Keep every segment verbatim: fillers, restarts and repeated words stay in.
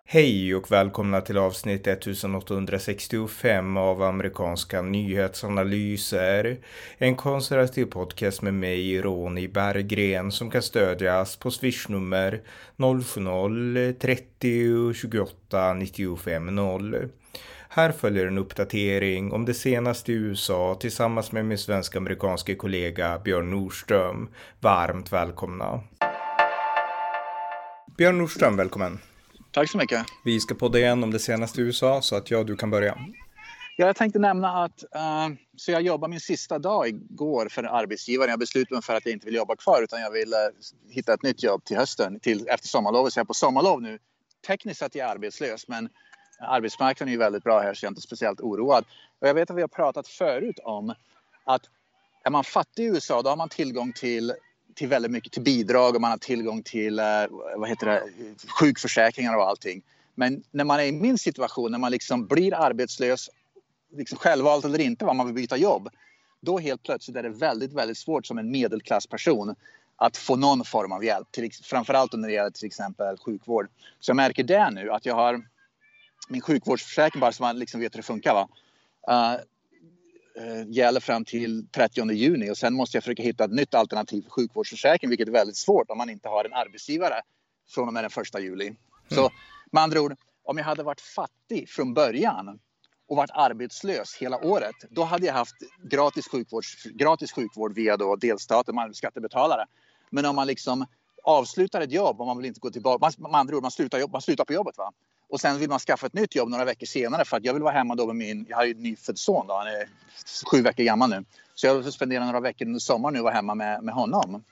Hej och välkomna till avsnitt ettusενåttahundrasextiofem av amerikanska nyhetsanalyser. En konservativ podcast med mig, Ronny Berggren, som kan stödjas på swishnummer noll sju noll trettio tjugoåtta nittiofem noll. Här följer en uppdatering om det senaste i U S A tillsammans med min svensk-amerikanske kollega Björn Nordström. Varmt välkomna. Björn Nordström, välkommen. Tack så mycket. Vi ska podda igen om det senaste i U S A så att jag du kan börja. Ja, jag tänkte nämna att uh, så jag jobbar min sista dag igår för en arbetsgivare. Jag beslutade mig för att jag inte vill jobba kvar utan jag vill uh, hitta ett nytt jobb till hösten, till, efter sommarlovet. Så jag är på sommarlov nu. Tekniskt sett är jag arbetslös, men arbetsmarknaden är ju väldigt bra här så jag är inte speciellt oroad. Och jag vet att vi har pratat förut om att är man fattig i U S A då har man tillgång till till väldigt mycket till bidrag och man har tillgång till eh, vad heter det, sjukförsäkringar och allting. Men när man är i min situation, när man liksom blir arbetslös, liksom självvalt eller inte, vad man vill byta jobb, då helt plötsligt är det väldigt, väldigt svårt som en medelklassperson att få någon form av hjälp. Till, framförallt när det gäller till exempel sjukvård. Så jag märker det nu att jag har min sjukvårdsförsäkring, bara så man liksom vet hur det funkar, va? Uh, gäller fram till trettionde juni och sen måste jag försöka hitta ett nytt alternativ för sjukvårdsförsäkring, vilket är väldigt svårt om man inte har en arbetsgivare från och med den första juli. Mm. Så med andra ord, om jag hade varit fattig från början och varit arbetslös hela året, då hade jag haft gratis sjukvård, gratis sjukvård via då delstaten, man skattebetalare. Men om man liksom avslutar ett jobb och man vill inte gå tillbaka, man, med andra ord, man slutar, jobb, man slutar på jobbet, va? Och sen vill man skaffa ett nytt jobb några veckor senare för att jag vill vara hemma då med min, jag har ju en nyfödd son då, han är sju veckor gammal nu. Så jag vill spendera några veckor under sommaren nu och vara hemma med, med honom.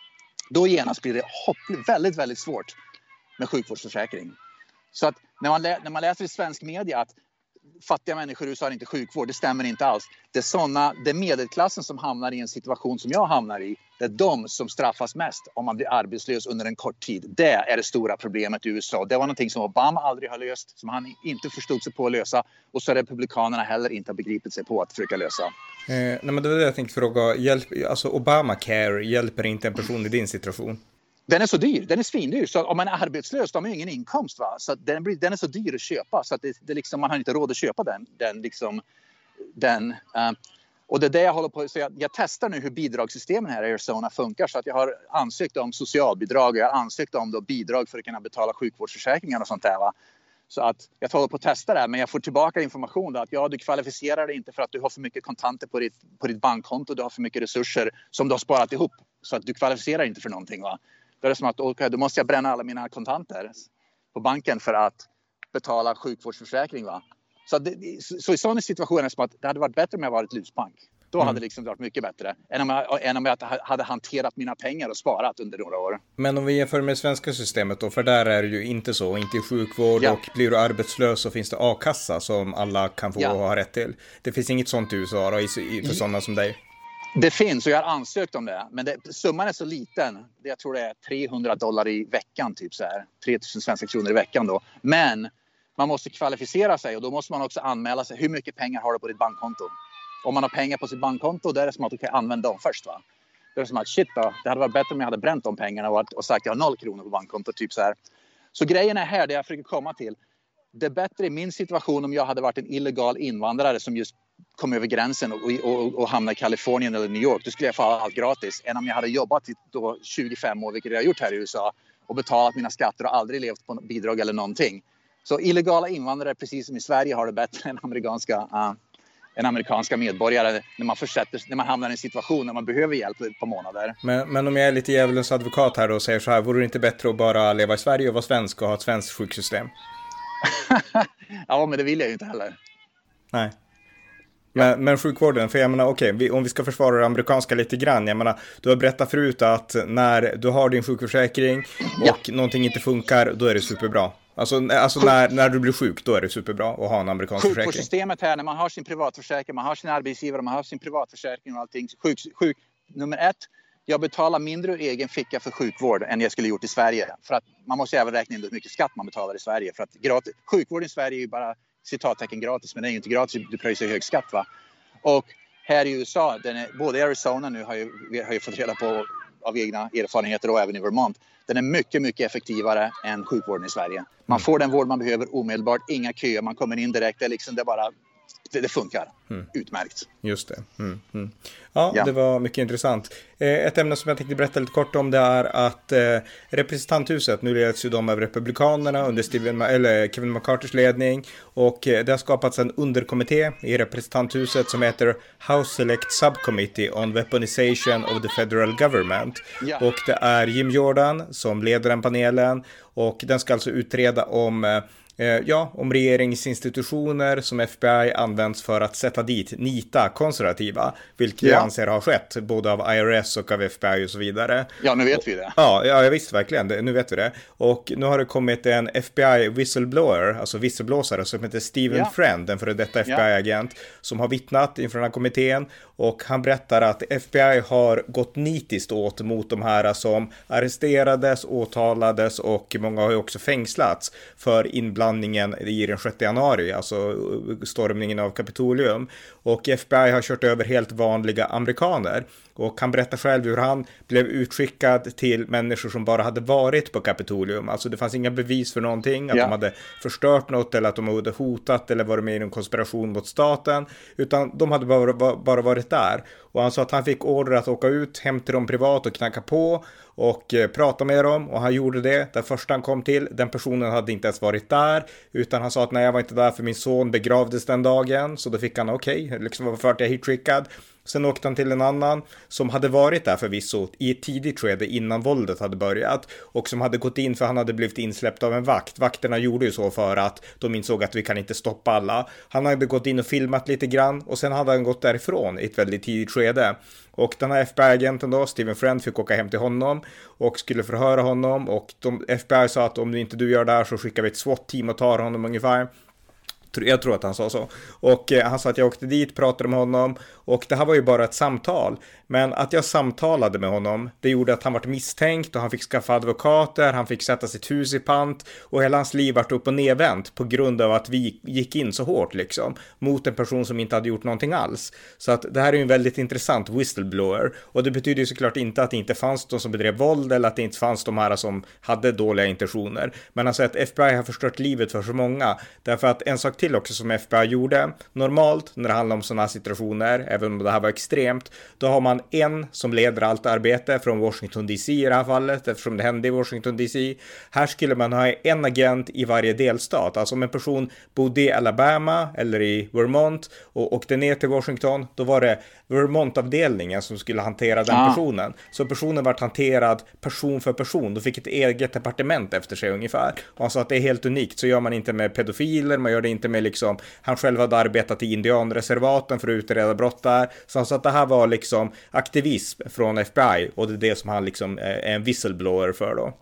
Då genast blir det hopp, väldigt, väldigt svårt med sjukvårdsförsäkring. Så att när man, lä, när man läser i svensk media att fattiga människor i U S A har inte sjukvård, det stämmer inte alls. Det är, såna, det är medelklassen som hamnar i en situation som jag hamnar i. Det är de som straffas mest om man blir arbetslös under en kort tid. Det är det stora problemet i U S A. Det var någonting som Obama aldrig har löst, som han inte förstod sig på att lösa. Och så republikanerna heller inte har begripit sig på att försöka lösa. Eh, nej men det var det jag tänkte fråga. Hjälp, alltså Obamacare hjälper inte en person i din situation? Den är så dyr, den är svindyr. Så om man är arbetslös, då har man ju ingen inkomst, va? Så den, blir, den är så dyr att köpa så att det, det liksom, man har inte råd att köpa den. den, liksom, den uh, och det är det jag håller på, så jag, jag testar nu hur bidragssystemen här i Arizona funkar. Så att jag har ansökt om socialbidrag och jag har ansökt om då bidrag för att kunna betala sjukvårdsförsäkringar och sånt där, va? Så att jag håller på att testa det här, men jag får tillbaka information då att ja, du kvalificerar dig inte för att du har för mycket kontanter på ditt, på ditt bankkonto, du har för mycket resurser som du har sparat ihop. Så att du kvalificerar inte för någonting, va? Då är det som att okay, då måste jag bränna alla mina kontanter på banken för att betala sjukvårdsförsäkring, va? Så, det, så i sådana situationer är det som att det hade varit bättre om jag varit lusbank. Då mm. hade det liksom varit mycket bättre än om, jag, än om jag hade hanterat mina pengar och sparat under några år. Men om vi jämför med det svenska systemet då, för där är det ju inte så, inte i sjukvård, ja. Och blir du arbetslös så finns det a-kassa som alla kan få ja. och ha rätt till. Det finns inget sånt i U S A då, för sådana som dig? Det finns och jag har ansökt om det. Men det, summan är så liten. Jag tror det är trehundra dollar i veckan. Typ så här. tre tusen svenska kronor i veckan då. Men man måste kvalificera sig. Och då måste man också anmäla sig. Hur mycket pengar har du på ditt bankkonto? Om man har pengar på sitt bankkonto. Då är det som att du kan använda dem först, va? Det är som att shit då. Det hade varit bättre om jag hade bränt de pengarna. Och, och sagt att jag har noll kronor på bankkonto. Typ så här. Så grejen är här. Det jag försöker komma till. Det är bättre i min situation om jag hade varit en illegal invandrare som just kom över gränsen och, och, och hamnade i Kalifornien eller New York. Då skulle jag få allt gratis. Än om jag hade jobbat i då tjugofem år, vilket jag har gjort här i U S A, och betalat mina skatter och aldrig levt på bidrag eller någonting. Så illegala invandrare, precis som i Sverige, har det bättre än amerikanska, uh, än amerikanska medborgare när man, försätter, när man hamnar i en situation när man behöver hjälp ett par månader. Men, men om jag är lite djävulens advokat här och säger så här, vore det inte bättre att bara leva i Sverige och vara svensk och ha ett svenskt sjuksystem? Ja, men det vill jag ju inte heller. Nej. Men, men sjukvården, för jag menar okej, okay, om vi ska försvara det amerikanska lite grann, jag menar, du har berättat förut att när du har din sjukförsäkring och ja. någonting inte funkar, då är det superbra. Alltså, alltså när, när du blir sjuk, då är det superbra att ha en amerikansk försäkring. Sjukvårdssystemet här, när man har sin privatförsäkring, man har sin arbetsgivare, man har sin privatförsäkring och allting. Sjuk, sjuk, nummer ett, jag betalar mindre ur egen ficka för sjukvård än jag skulle gjort i Sverige. För att man måste även räkna in hur mycket skatt man betalar i Sverige. För att gratis, sjukvård i Sverige är ju bara citattecken gratis, men det är ju inte gratis, du pröjsar hög skatt, va? Och här i U S A, den är, både i Arizona nu har ju, vi har ju fått reda på av egna erfarenheter och även i Vermont. Den är mycket, mycket effektivare än sjukvården i Sverige. Man får den vård man behöver omedelbart, inga köer, man kommer in direkt, det, är liksom, det, bara, det, det funkar mm. utmärkt. Just det. Mm, mm. Ja, ja, det var mycket intressant. Ett ämne som jag tänkte berätta lite kort om det är att eh, representanthuset, nu leds ju de av republikanerna under Steven, eller Kevin McCarthys ledning, och eh, det har skapats en underkommitté i representanthuset som heter House Select Subcommittee on Weaponization of the Federal Government. Ja. Och det är Jim Jordan som leder den panelen, och den ska alltså utreda om eh, Ja, om regeringsinstitutioner som F B I används för att sätta dit nita konservativa, vilket ja. jag anser har skett, både av I R S och av F B I och så vidare. Ja, nu vet vi det. Ja, ja jag visste verkligen det, nu vet vi det. Och nu har det kommit en F B I whistleblower, alltså visselblåsare, som heter Stephen ja. Friend, en före detta F B I-agent, ja. som har vittnat inför den här kommittén, och han berättar att F B I har gått nitiskt åt mot de här som arresterades, åtalades, och många har ju också fängslats för inblandning i den sjätte januari, alltså stormningen av Kapitolium, och F B I har kört över helt vanliga amerikaner. Och han berättar själv hur han blev utskickad till människor som bara hade varit på Kapitolium. Alltså det fanns inga bevis för någonting, att ja. de hade förstört något eller att de hade hotat eller varit med i en konspiration mot staten, utan de hade bara, bara varit där. Och han sa att han fick order att åka ut hem till dem privat och knacka på och eh, prata med dem, och han gjorde det. Den första han kom till, den personen hade inte ens varit där, utan han sa att nej, jag var inte där för min son begravdes den dagen, så då fick han okej, okay, liksom varför att jag är hitskickad. Sen åkte han till en annan som hade varit där förvisso i ett tidigt skede innan våldet hade börjat, och som hade gått in för han hade blivit insläppt av en vakt. Vakterna gjorde ju så för att de insåg att vi kan inte stoppa alla. Han hade gått in och filmat lite grann, och sen hade han gått därifrån i ett väldigt tidigt skede. Och den här F B I-agenten då, Stephen Friend, fick åka hem till honom och skulle förhöra honom, och de, F B I sa att om inte du gör det här så skickar vi ett SWAT-team och tar honom ungefär. Jag tror att han sa så. Och eh, han sa att jag åkte dit, pratade med honom, och det här var ju bara ett samtal. Men att jag samtalade med honom, det gjorde att han var misstänkt, och han fick skaffa advokater, han fick sätta sitt hus i pant, och hela hans liv vart upp och nedvänt på grund av att vi gick in så hårt liksom mot en person som inte hade gjort någonting alls. Så att det här är ju en väldigt intressant whistleblower, och det betyder ju såklart inte att det inte fanns de som bedrev våld eller att det inte fanns de här som hade dåliga intentioner. Men alltså att F B I har förstört livet för så många, därför att en sak till också som F B I gjorde normalt när det handlar om sådana här situationer, även om det här var extremt, då har man en som leder allt arbete från Washington D C i det här fallet, eftersom det hände i Washington D C. Här skulle man ha en agent i varje delstat. Alltså om en person bodde i Alabama eller i Vermont och åkte ner till Washington, då var det Vermont-avdelningen som skulle hantera den ja. personen. Så personen var hanterad person för person. Då fick ett eget departement efter sig ungefär. Och han sa att det är helt unikt. Så gör man inte med pedofiler, man gör det inte med liksom, han själv hade arbetat i indianreservaten för att utreda brott där. Så han sa att det här var liksom aktivism från F B I, och det är det som han liksom är en whistleblower för då.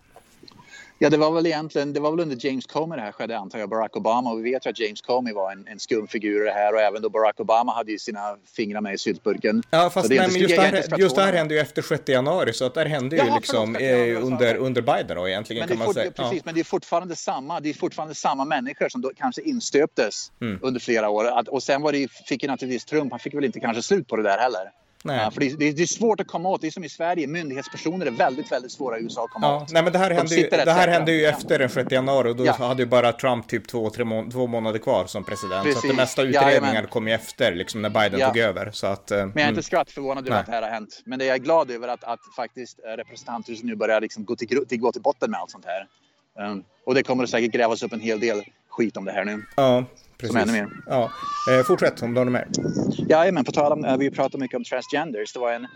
Ja, det var väl egentligen, det var väl under James Comey det här skedde, antar jag, Barack Obama, och vi vet ju att James Comey var en, en skum figur i det här, och även då Barack Obama hade ju sina fingrar med i syltburken. Ja, fast nej, men just, där, just där hände ju efter sjätte januari, så att där hände Jaha, ju liksom förlåt, eh, under, under Biden då egentligen, kan man fort, säga. Precis, ja. Men det är fortfarande samma, det är fortfarande samma människor som då kanske instöptes mm. under flera år, att, och sen var det, fick ju naturligtvis Trump, han fick väl inte kanske slut på det där heller. Nej. Ja, för det, det, det är svårt att komma åt. Det är som i Sverige, myndighetspersoner är väldigt, väldigt svåra i U S A att komma ja, åt. Nej, men det här hände ju, det här hände ju efter den sjätte januari, och då ja. hade ju bara Trump typ två, tre må- två månader kvar som president. Precis. Så att de mesta utredningar ja, kom ju efter liksom när Biden ja. tog över. Så att, men jag är mm. inte skrattförvånad över att det här har hänt. Men det är jag glad över att, att faktiskt representanthuset nu börjar liksom gå, till, till, gå till botten med allt sånt här. Um, och det kommer säkert grävas upp en hel del skit om det här nu. Ja. Precis. Som ännu mer. Ja. Eh, fortsätt om du har mer. Ja, men på tal om, vi pratar mycket om transgenders. Det var en,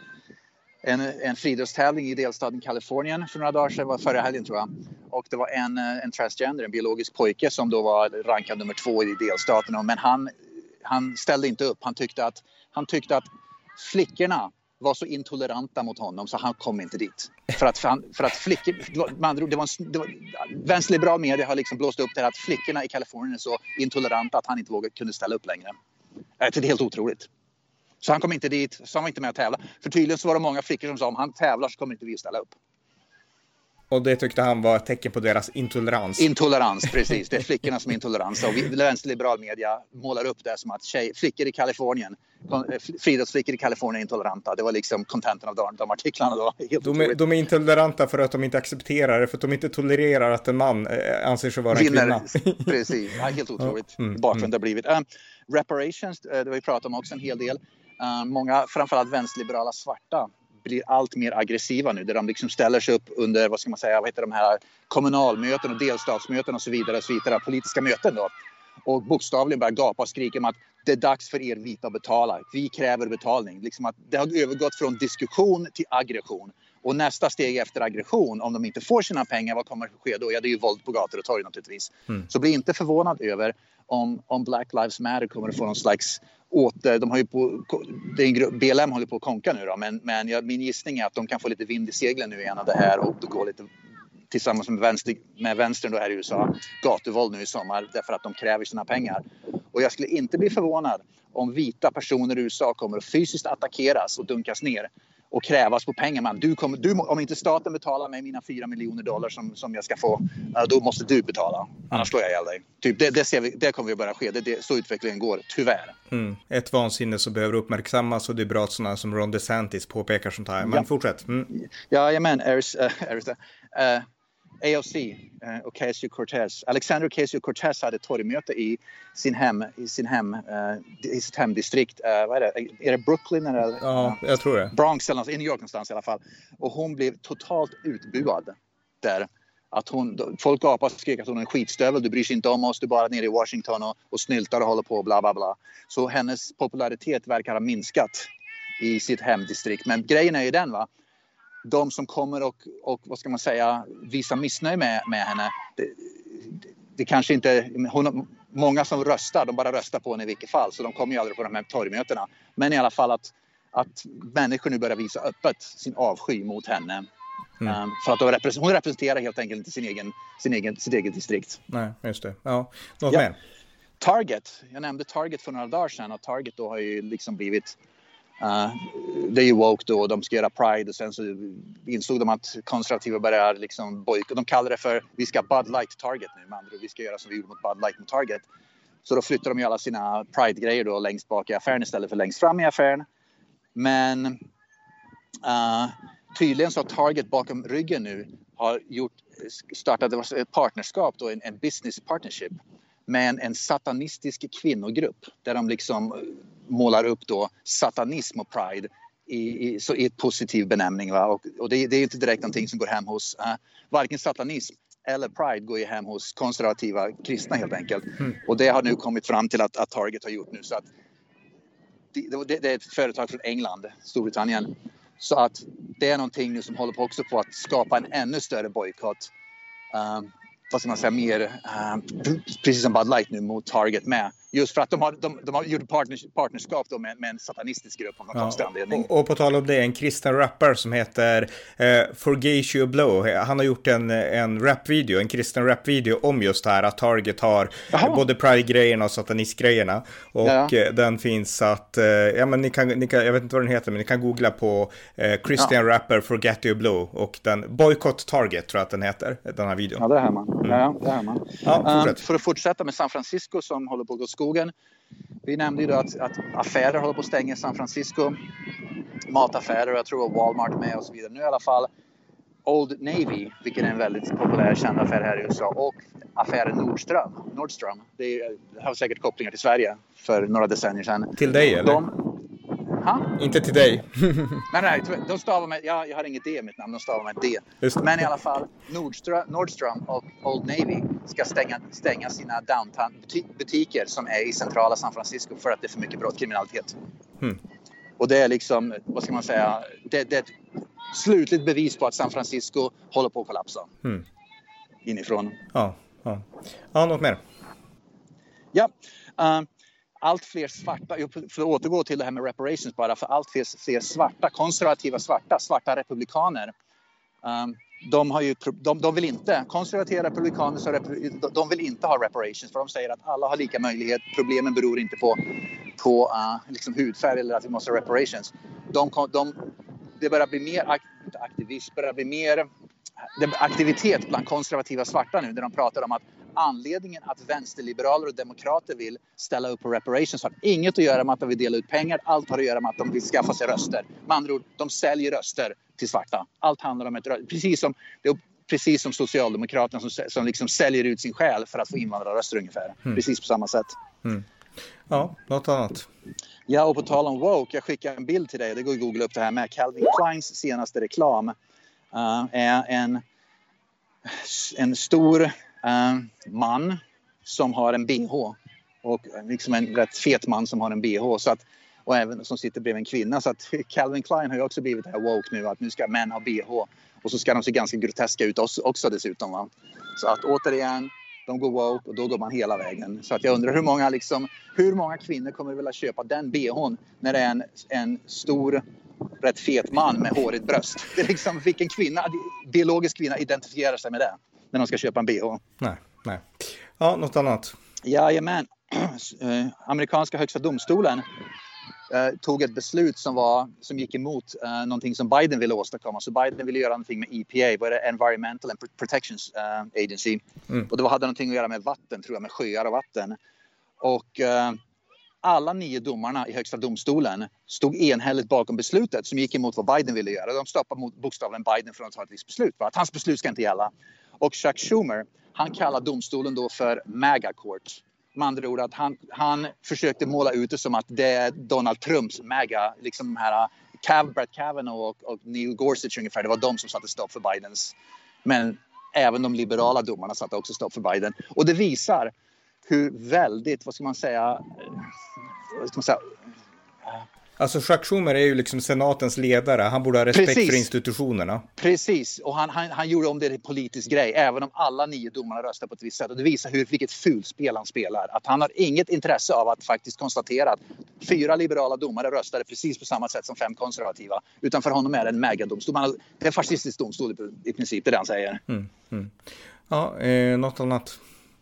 en, en friidrottstävling i delstaten Kalifornien för några dagar sedan, var förra helgen tror jag. Och det var en, en transgender, en biologisk pojke som då var rankad nummer två i delstaten. Men han, han ställde inte upp. Han tyckte att, han tyckte att flickorna var så intoleranta mot honom så han kom inte dit. För att, för, han, för att flickor, det var, man, det var, en, det var vänsterliberal media har liksom blåst upp det här att flickorna i Kalifornien är så intoleranta att han inte vågade kunde ställa upp längre. Det är helt otroligt. Så han kom inte dit, så han var inte med att tävla. För tydligen så var det många flickor som sa om han tävlar så kommer inte vi att ställa upp. Och det tyckte han var ett tecken på deras intolerans. Intolerans, precis. Det är flickorna som är intolerans. Och vi, vänsterliberal media målar upp det som att tjej, flickor i Kalifornien, friidrottsflickor i Kalifornien är intoleranta. Det var liksom kontenten av de, de artiklarna då. Helt de, är, de är intoleranta för att de inte accepterar det, för att de inte tolererar att en man äh, anser sig vara en kvinna. Precis, ja, helt otroligt. Ja. Mm, bakgrund mm. har blivit. Um, reparations, det har vi pratat om också en hel del. Um, många, framförallt vänsterliberala svarta, blir allt mer aggressiva nu, där de liksom ställer sig upp under, vad ska man säga, vad heter de här kommunalmöten och delstatsmöten och så vidare, och så vidare, politiska möten då. Och bokstavligen börjar gapa och skrika om att det är dags för er vita att betala. Vi kräver betalning. Liksom att det har övergått från diskussion till aggression. Och nästa steg efter aggression, om de inte får sina pengar, vad kommer att ske då? Ja, det är ju våld på gator och torg naturligtvis. Mm. Så bli inte förvånad över om, om Black Lives Matter kommer att få någon slags åter. De har ju på, det är en grupp, B L M håller på att konka nu då, men, men jag, min gissning är att de kan få lite vind i seglen nu igen av det här och gå lite tillsammans med, vänster, med vänstern då här i U S A, gatuvåld nu i sommar, därför att de kräver sina pengar. Och jag skulle inte bli förvånad om vita personer i U S A kommer att fysiskt attackeras och dunkas ner och krävas på pengar. Man, du kommer, du, om inte staten betalar mig mina fyra miljoner dollar som, som jag ska få, då måste du betala. Annars slår jag ihjäl dig. Typ, det, det, ser vi, det kommer vi börja ske. Det, det, så utvecklingen går, tyvärr. Mm. Ett vansinne som behöver uppmärksammas, och det är bra att sådana som Ron DeSantis påpekar sånt här. Men ja. fortsätt. Mm. Ja, jag men, Aris, uh, Aris, uh, A O C uh, Ocasio-Cortez. Alexander Ocasio-Cortez hade ett torgmöte i sin hem, i sin hem, uh, i sitt hemdistrikt. Uh, vad är det? Är det Brooklyn eller? Ja, jag tror det. Bronx eller något, i New York någonstans i alla fall. Och hon blev totalt utbuad där. Att hon, folk gapade och skrek att hon är en skitstövel. Du bryr sig inte om oss, du är bara nere i Washington och, och snyltar och håller på, bla bla bla. Så hennes popularitet verkar ha minskat i sitt hemdistrikt. Men grejen är ju den, va? De som kommer och, och vad ska man säga, visar missnöje med, med henne, det, det, det kanske inte, hon, många som röstar, de bara röstar på henne i vilket fall, så de kommer ju aldrig på de här torgmötena. Men i alla fall att, att människor nu börjar visa öppet sin avsky mot henne. Mm. Um, för att de representerar, hon representerar helt enkelt inte sin egen, sin egen, sitt eget distrikt. Nej, just det. Ja, något ja. mer? Target, jag nämnde Target för några dagar sedan, och Target då har ju liksom blivit Uh, det är ju woke då, de ska göra Pride, och sen så insåg de att konservativa börjar liksom bojka. De kallar det för, vi ska Bud Light Target nu, med andra ord, vi ska göra som vi gjorde mot Bud Light mot Target. Så då flyttar de ju alla sina Pride-grejer då längst bak i affären istället för längst fram i affären. Men uh, tydligen så har Target bakom ryggen nu har gjort, startat ett partnerskap då, en, en business partnership med en, en satanistisk kvinnogrupp där de liksom målar upp då satanism och pride i, i, så i ett positiv benämning, va? Och, och det, det är inte direkt någonting som går hem hos uh, varken satanism eller pride går ju hem hos konservativa kristna helt enkelt. Mm. Och det har nu kommit fram till att, att Target har gjort nu, så att det, det, det är ett företag från England, Storbritannien, så att det är någonting nu som håller på också på att skapa en ännu större bojkott. Um, vad ska man säga, mer uh, precis som Bud Light nu mot Target med. Just för att de har, de, de har gjort partners, partnerskap då med, med en satanistisk grupp av någon konstig anledning. Och, och på tal om det, en kristen rapper som heter eh, Forgatio Blow. Han har gjort en, en rapvideo, en kristen rapvideo om just det här att Target har Aha. både Pride-grejerna och satanist-grejerna. Och ja. eh, den finns att, eh, ja men ni kan, ni kan, jag vet inte vad den heter, men ni kan googla på eh, Christian ja. rapper Forgatio Blow, och den Boycott Target tror jag att den heter, den här videon. Ja, det hör man. Mm. Ja, det hör man. Ja, um, för att fortsätta med San Francisco som håller på att gå skogen. Vi nämnde ju då att, att affärer håller på att stänga i San Francisco. Mataffärer, och jag tror Walmart med och så vidare. Nu i alla fall Old Navy, vilken är en väldigt populär känd affär här i U S A, och affären Nordstrom. Nordstrom. Det, är, det har säkert kopplingar till Sverige för några decennier sedan. Till dig eller? De, Ha? Inte till dig. nej, nej, de stavar med, ja, jag har inget D i mitt namn, de stavar med D. Men i alla fall, Nordstrom, Nordstrom och Old Navy ska stänga, stänga sina downtown butiker som är i centrala San Francisco för att det är för mycket brottskriminalitet. Hmm. Och det är liksom, vad ska man säga, det, det är ett slutligt bevis på att San Francisco håller på att kollapsa. Hmm. Inifrån. Ja, ja. Ja, något mer? Ja, uh, allt fler svarta, för att återgå till det här med reparations bara, för allt fler, fler svarta, konservativa svarta, svarta republikaner, um, de, har ju, de, de vill inte, konservativa republikaner, så de vill inte ha reparations, för de säger att alla har lika möjlighet, problemen beror inte på, på uh, liksom hudfärg eller att vi måste ha reparations. De, de, det börjar bli mer aktivism, börjar bli mer det aktivitet bland konservativa svarta nu där de pratar om att anledningen att vänsterliberaler och demokrater vill ställa upp på reparations har inget att göra med att de vill dela ut pengar. Allt har att göra med att de vill skaffa sig röster. Med andra ord, de säljer röster till svarta. Allt handlar om ett röst. Precis som, det är precis som Socialdemokraterna som, som liksom säljer ut sin själ för att få invandrarröster ungefär. Mm. Precis på samma sätt. Mm. Ja, något annat. Ja, och på tal om woke, jag skickar en bild till dig. Det går att googla upp det här med. Calvin Kleins senaste reklam uh, är en, en stor uh, man som har en B H. Och liksom en rätt fet man som har en B H. Så att, och även som sitter bredvid en kvinna. Så att Calvin Klein har ju också blivit det här woke nu. Att nu ska män ha B H. Och så ska de se ganska groteska ut också dessutom. Va? Så att återigen, de går woke och då går man hela vägen. Så att jag undrar hur många, liksom, hur många kvinnor kommer vilja köpa den B H:n när det är en, en stor, rätt fet man med hårigt bröst. Det är liksom vilken kvinna, biologisk kvinna identifierar sig med det när de ska köpa en B H. Nej, nej. Ja, något annat. Jajamän. Amerikanska högsta domstolen eh, tog ett beslut som, var, som gick emot eh, någonting som Biden ville åstadkomma. Så Biden ville göra någonting med E P A, vad är det? Environmental and Protection eh, Agency. Mm. Och det hade någonting att göra med vatten, tror jag, med sjöar och vatten. Och eh, alla nio domarna i högsta domstolen stod enhälligt bakom beslutet som gick emot vad Biden ville göra. De stoppade mot bokstavligen Biden från att ta ett visst beslut. Att hans beslut ska inte gälla. Och Chuck Schumer, han kallar domstolen då för MAGA Court. Med andra ord att han, han försökte måla ut det som att det är Donald Trumps MAGA, liksom de här Cav, Brett Kavanaugh och, och Neil Gorsuch ungefär. Det var de som satte stopp för Bidens. Men även de liberala domarna satte också stopp för Biden. Och det visar hur väldigt, vad ska man säga, vad ska man säga... Alltså Chuck Schumer är ju liksom senatens ledare. Han borde ha respekt Precis. för institutionerna. Precis, och han, han, han gjorde om det till politisk grej. Även om alla nio domarna röstar på ett visst sätt. Och det visar hur, vilket fult spel han spelar. Att han har inget intresse av att faktiskt konstatera att fyra liberala domare röstade precis på samma sätt som fem konservativa. Utan för honom är det en megadomstol. Det är en fascistisk domstol i princip, det är det han säger. Mm, mm. Ja, eh, något annat.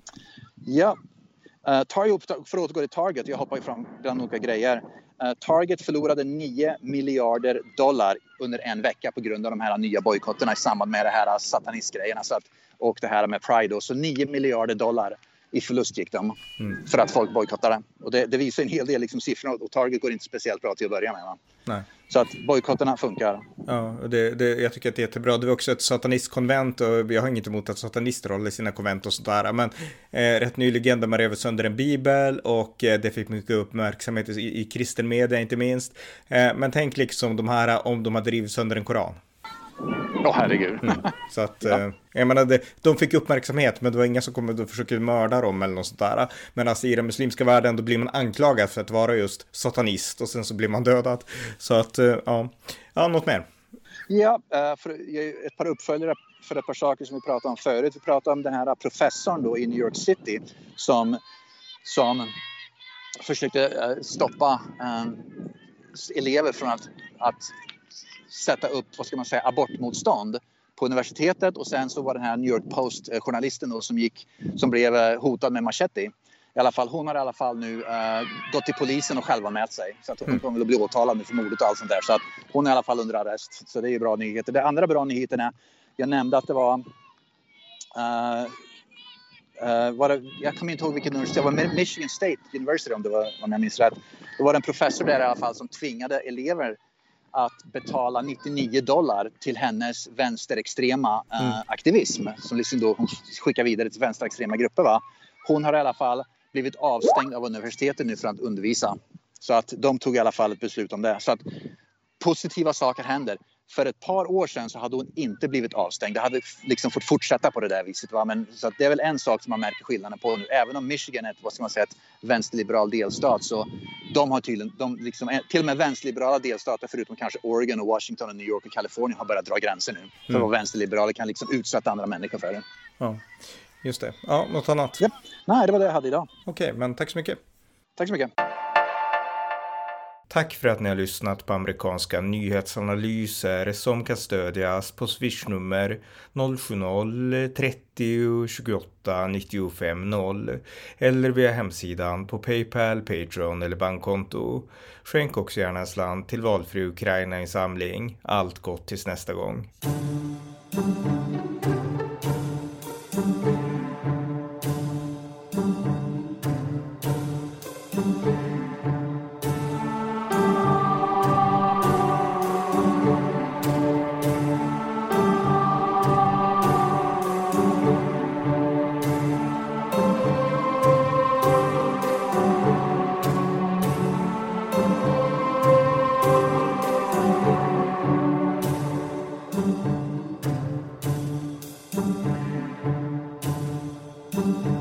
Ja, uh, Target, för att återgå till Target, jag hoppar ifrån bland olika grejer. Uh, Target förlorade nio miljarder dollar under en vecka på grund av de här nya bojkotterna i samband med det här satanistgrejerna så att, och det här med Pride. Då. Så nio miljarder dollar i förlust gick de mm. för att folk bojkottade. Och det, det visar en hel del liksom, siffror och Target går inte speciellt bra till att börja med. Va? Nej. Så att bojkotterna funkar. Ja, det, det, jag tycker att det är jättebra. Det var också ett satanistkonvent och jag har inget emot att satanister håller sina konvent och sådär. Men eh, rätt nyligen där man rev sönder en bibel och eh, det fick mycket uppmärksamhet i, i kristen media inte minst. Eh, men tänk liksom de här om de hade rivit sönder en koran. Åh oh, herregud. Mm. Så att, ja. eh, jag menar, det, de fick uppmärksamhet men det var inga som kom och försökte mörda dem eller något sånt där. Men alltså i den muslimska världen då blir man anklagad för att vara just satanist och sen så blir man dödad. Så att, eh, ja. Ja, något mer? Ja, för ett par uppföljare för ett par saker som vi pratade om förut. Vi pratade om den här professorn då i New York City som, som försökte stoppa um, elever från att, att sätta upp, vad ska man säga, abortmotstånd på universitetet och sen så var den här New York Post-journalisten då som gick, som blev hotad med machete. I alla fall, hon har i alla fall nu uh, gått till polisen och själva mätt sig. Så att hon kommer att bli åtalad nu för mordet och allt sånt där. Så att hon är i alla fall under arrest. Så det är ju bra nyheter. Det andra bra nyheten är, jag nämnde att det var, uh, uh, var det, jag kommer inte ihåg vilket universitet, det var Michigan State University om, det var, om jag minns rätt. Det var en professor där i alla fall som tvingade elever att betala nittionio dollar till hennes vänsterextrema uh, mm. aktivism. Som liksom då hon skickar vidare till vänsterextrema grupper. Va? Hon har i alla fall blivit avstängd av universitetet nu för att undervisa. Så att de tog i alla fall ett beslut om det. Så att positiva saker händer. För ett par år sedan så hade hon inte blivit avstängd. Det hade liksom fått fortsätta på det där viset. Va? Men, så att det är väl en sak som man märker skillnaden på nu. Även om Michigan är ett, vad ska man säga, ett vänsterliberal delstat. Så de har tydligen, de liksom, till och med vänsterliberala delstater förutom kanske Oregon och Washington och New York och Kalifornien har börjat dra gränser nu. För mm. vad vänsterliberaler kan liksom utsätta andra människor för det. Ja, just det. Ja, något annat? Ja. Nej, det var det jag hade idag. Okej, men tack så mycket. Tack så mycket. Tack för att ni har lyssnat på amerikanska nyhetsanalyser som kan stödjas på swishnummer noll sju noll trettio tjugoåtta nittiofem noll eller via hemsidan på PayPal, Patreon eller bankkonto. Skänk också gärna en slant till valfri Ukraina-insamling. Allt gott tills nästa gång. Thank you.